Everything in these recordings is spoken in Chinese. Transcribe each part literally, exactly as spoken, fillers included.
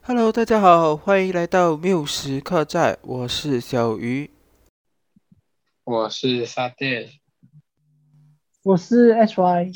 Hello，大家好，欢迎来到缪时客栈，我是小鱼。 我是沙爹。 我是 H Y。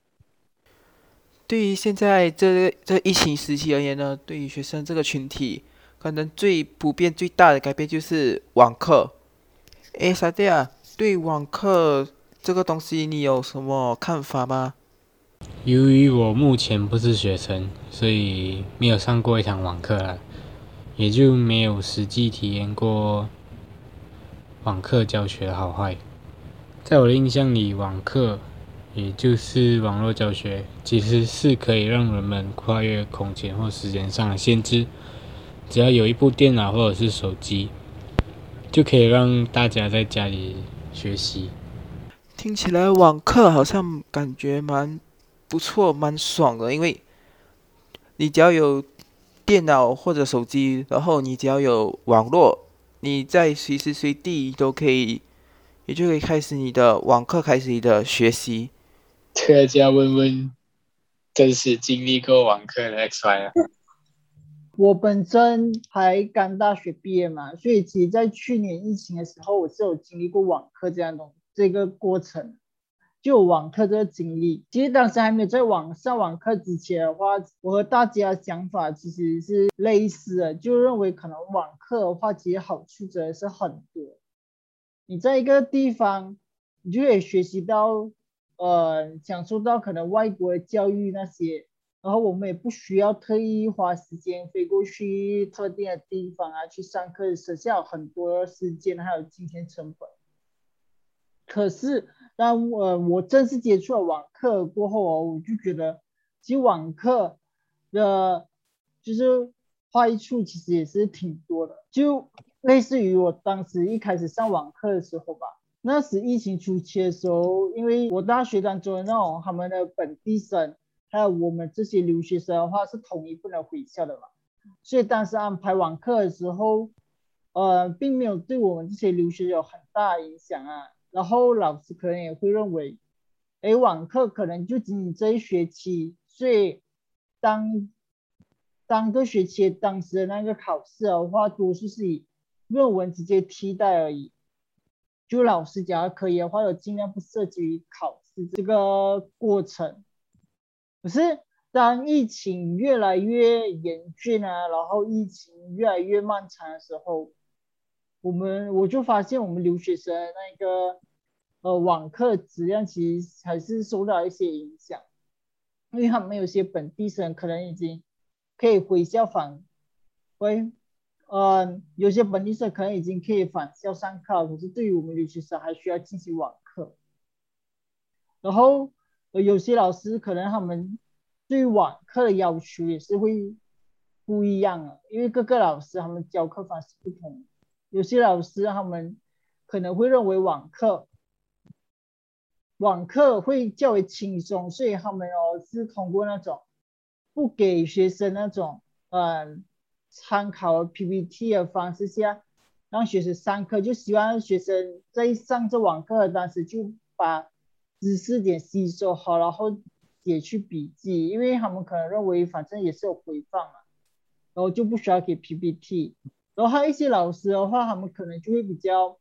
对于现在这这疫情时期而言呢，对于学生这个群体，可能最普遍、最大的改变就是网课。诶，沙爹啊，对网课这个东西你有什么看法吗？ 由于我目前不是学生，所以没有上过一堂网课啦，也就没有实际体验过网课教学的好坏。在我的印象里，网课也就是网络教学，其实是可以让人们跨越空间或时间上的限制，只要有一部电脑或者是手机，就可以让大家在家里学习。 听起来网课好像感觉蛮不错、蛮爽的，因为你只要有电脑或者手机，然后你只要有网络，你在随时随地都可以，也就可以开始你的网课，开始你的学习。 这个就要问问真实经历过网课的 X Y 了。 我本身还刚大学毕业嘛，所以其实在去年疫情的时候，我是有经历过网课这样的这个过程，就有网课这个经历。其实当时还没有在网上网课之前的话，我和大家的想法其实是类似的，就认为可能网课的话，其实好处真的是很多。你在一个地方，你就可以学习到，呃，享受到可能外国的教育那些，然后我们也不需要特意花时间飞过去特定的地方啊去上课，省下很多时间还有金钱成本。可是当呃我正式接触了网课过后哦，我就觉得其实网课的，就是坏处其实也是挺多的，就类似于我当时一开始上网课的时候吧，那时疫情初期的时候，因为我大学当中的那种他们的本地生，还有我们这些留学生的话是统一不能回校的嘛，所以当时安排网课的时候，呃，并没有对我们这些留学有很大的影响啊。然后老师可能也会认为，哎，网课可能就仅仅这一学期，所以当当个学期当时的那个考试的话，多数是以论文直接替代而已。就老师讲可以的话，就尽量不涉及于考试这个过程。可是当疫情越来越严峻啊，然后疫情越来越漫长的时候，我们我就发现我们留学生那个呃网课质量其实还是受到一些影响，因为他们有些本地生可能已经可以回校访，喂，呃，有些本地生可能已经可以返校上课，可是对于我们留学生还需要进行网课。然后呃有些老师可能他们对网课的要求也是会不一样的，因为各个老师他们教课方式不同，有些老师他们可能会认为网课网课会较为轻松，所以他们哦是通过那种不给学生那种嗯参考 P P T 的方式下，让学生上课，就希望学生在上这网课的当时就把知识点吸收好，然后写去笔记，因为他们可能认为反正也是有回放嘛，然后就不需要给 P P T。然后还有一些老师的话，他们可能就会比较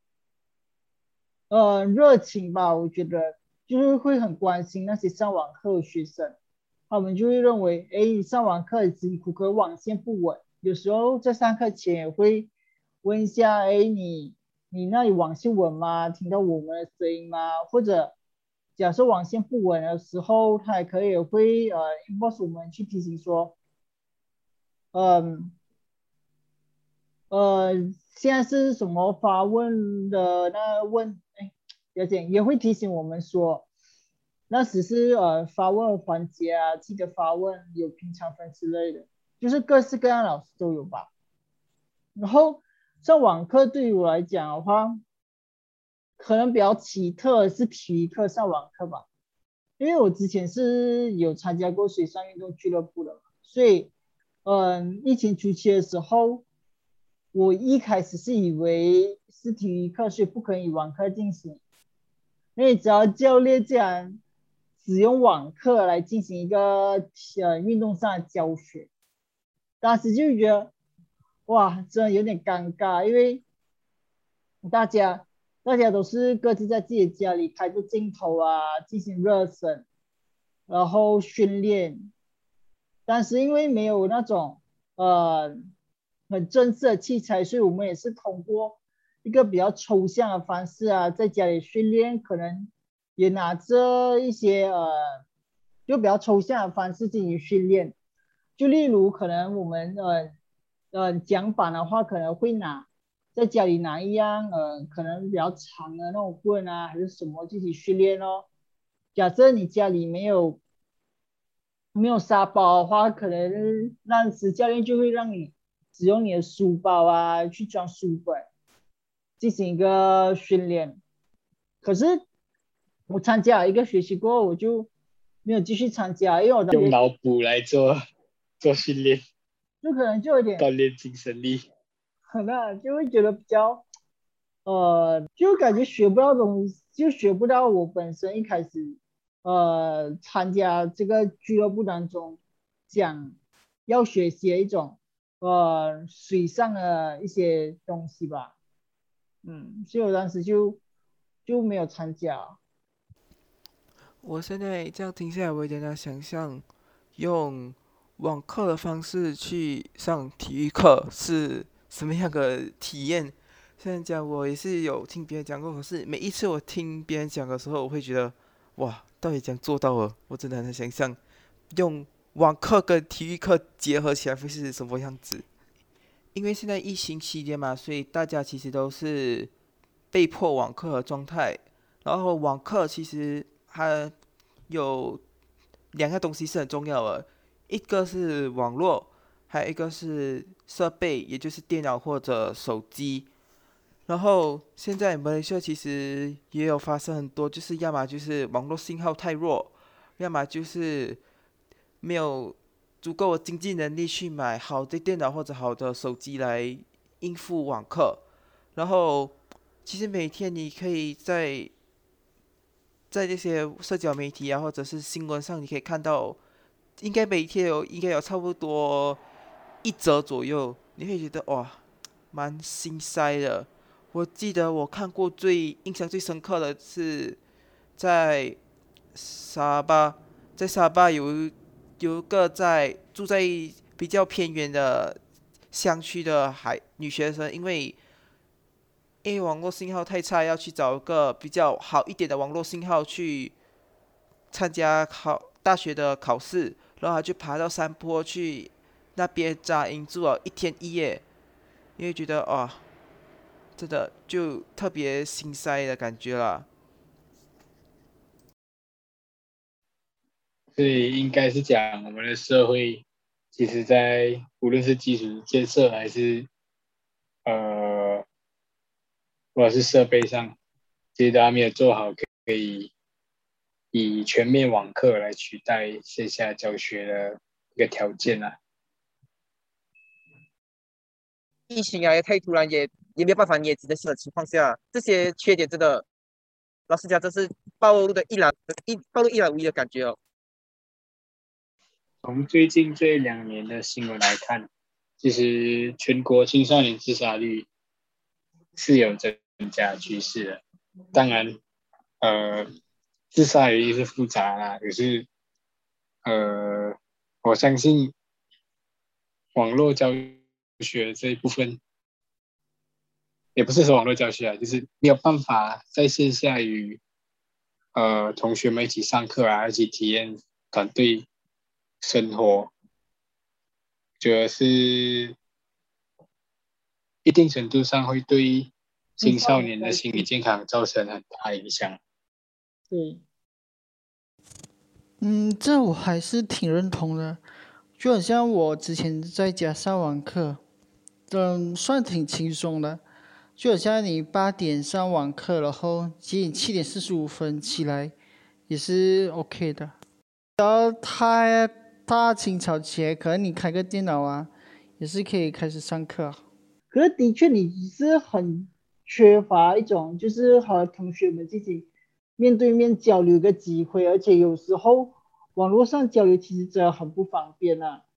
呃热情吧，我觉得就是会很关心那些上网课的学生，他们就会认为，哎，上网课很辛苦，可网线不稳，有时候在上课前也会问一下，哎，你你那里网线稳吗？听到我们的声音吗？或者假设网线不稳的时候，他也可以会呃 inbox 我们去提醒说，嗯呃，现在是什么发问的那问，哎，了解，也会提醒我们说，那只是呃发问环节啊，记得发问，有平常分之类的，就是各式各样的老师都有吧。然后上网课对于我来讲的话，可能比较奇特的是体育课上网课吧，因为我之前是有参加过水上运动俱乐部的嘛，所以嗯，疫情初期的时候，我一开始是以为是体育课，所以不可以网课进行。因为只要教练这样使用网课来进行一个呃运动上的教学， 当时就觉得哇，真的有点尴尬，因为大家大家都是各自在自己的家里开着镜头啊，进行热身，然后训练，但是因为没有那种呃很正式的器材，所以我们也是通过一个比较抽象的方式啊，在家里训练，可能也拿着一些呃就比较抽象的方式进行训练，就例如可能我们呃呃讲板的话，可能会拿在家里拿一样呃可能比较长的那种棍啊，还是什么进行训练哦。假设你家里没有没有沙包的话，可能那时教练就会让你使用你的书包啊去装书本，进行一个训练。可是我参加了一个学期过后，我就没有继续参加，因为我当用时脑补来做做训练， 就可能就有点锻炼精神力。 很那就会觉得比较呃，就感觉学不到东西，就学不到我本身一开始呃参加这个俱乐部当中讲要学习的一种呃水上的一些东西吧。嗯，所以我当时就就没有参加。 我现在这样听下来，我有点难想象用网课的方式去上体育课是什么样的体验。虽然讲我也是有听别人讲过，可是每一次我听别人讲的时候，我会觉得哇，到底怎样做到了？我真的很难想象用网课跟体育课结合起来会是什么样子。因为现在疫情期间嘛，所以大家其实都是被迫网课的状态。然后网课其实它有两个东西是很重要的，一个是网络，还有一个是设备，也就是电脑或者手机。然后现在马来西亚其实也有发生很多，就是要么就是网络信号太弱，要么就是没有足够的经济能力去买好的电脑或者好的手机来应付网课。然后其实每天你可以在在这些社交媒体啊，或者是新闻上，你可以看到，应该每天有应该有差不多一则左右，你会觉得哇，蛮心塞的。我记得我看过最印象最深刻的是在沙巴，在沙巴有一有一个在住在比较偏远的乡区的海女学生，因为因为网络信号太差，要去找一个比较好一点的网络信号去参加考大学的考试，然后他就爬到山坡去那边扎营住了一天一夜，因为觉得哇、哦，真的就特别心塞的感觉啦。 所以应该是讲我们的社会，其实在无论是基础建设还是呃，或者是设备上，其实都还没有做好，可以以全面网课来取代线下教学的一个条件啊。 疫情啊，也太突然也，也没有办法捏制的的情况下，这些缺点真的，老实讲，真是暴露的一览一暴露一览无遗的感觉哦。 从最近这两年的新闻来看，其实全国青少年自杀率是有增加趋势的。当然，呃，自杀原因是复杂啦，可是，呃，我相信网络教学这一部分，也不是说网络教学啊，就是没有办法在线下与呃同学们一起上课啊，一起体验团队生活，觉得是一定程度上会对青少年的心理健康造成很大影响。 对，嗯，这我还是挺认同的。就很像我之前在家上网课，嗯，算挺轻松的。就好像你八点上网课，然后其实你七点四十五分起来，也是 OK 的。然后他大清早起来，可能你开个电脑啊，也是可以开始上课。可是的确，你是很缺乏一种就是和同学们进行面对面交流的机会，而且有时候网络上交流其实真的很不方便啊。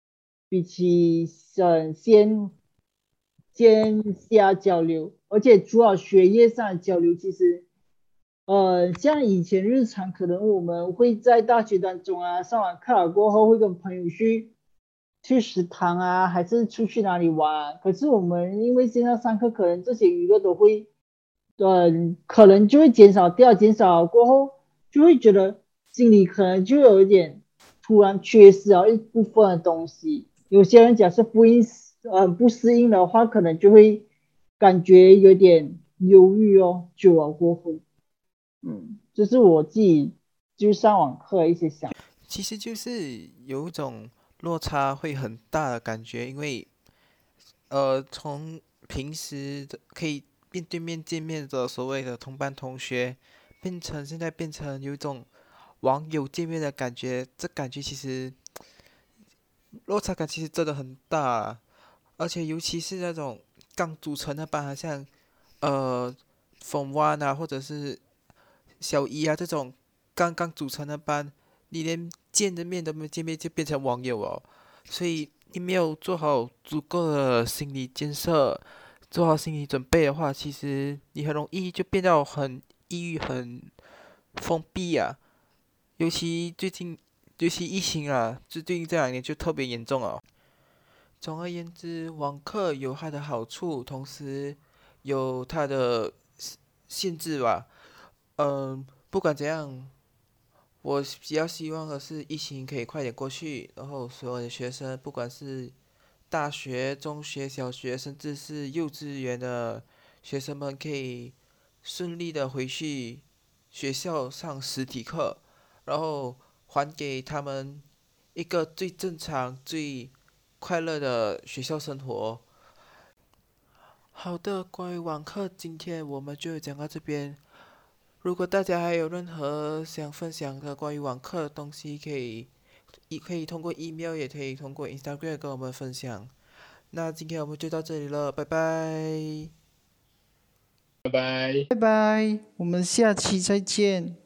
比起呃线线下交流，而且除了学业上的交流，其实呃像以前日常可能我们会在大学当中啊，上完课了过后会跟朋友去去食堂啊，还是出去哪里玩啊，可是我们因为现在上课，可能这些娱乐都会嗯，可能就会减少掉，减少过后就会觉得心里可能就有一点突然缺失了一部分的东西。有些人假设不应呃不适应的话，可能就会感觉有点忧郁哦，久了过后，嗯，这是我自己就上网课的一些想法。 其实就是有一种落差会很大的感觉，因为呃，从平时的可以面对面见面的所谓的同班同学，变成现在变成有一种网友见面的感觉，这感觉其实落差感其实真的很大啊，而且尤其是那种刚组成的班，好像呃 Form One 啊，或者是小一啊这种刚刚组成的班，你连见的面都没有见面就变成网友哦，所以你没有做好足够的心理建设，做好心理准备的话，其实你很容易就变到很抑郁、很封闭啊。尤其最近，尤其疫情啊，最近这两年就特别严重哦。总而言之，网课有它的好处，同时有它的限制吧。嗯，不管怎样，我比较希望的是疫情可以快点过去，然后所有的学生，不管是大学、中学、小学，甚至是幼稚园的学生们，可以顺利的回去学校上实体课，然后还给他们一个最正常、最快乐的学校生活。好的，关于网课，今天我们就讲到这边。如果大家还有任何想分享的关于网课的东西，可以也可以通过 email，也可以通过 Instagram 跟我们分享。那今天我们就到这里了，拜拜。 拜拜。 拜拜，我们下期再见。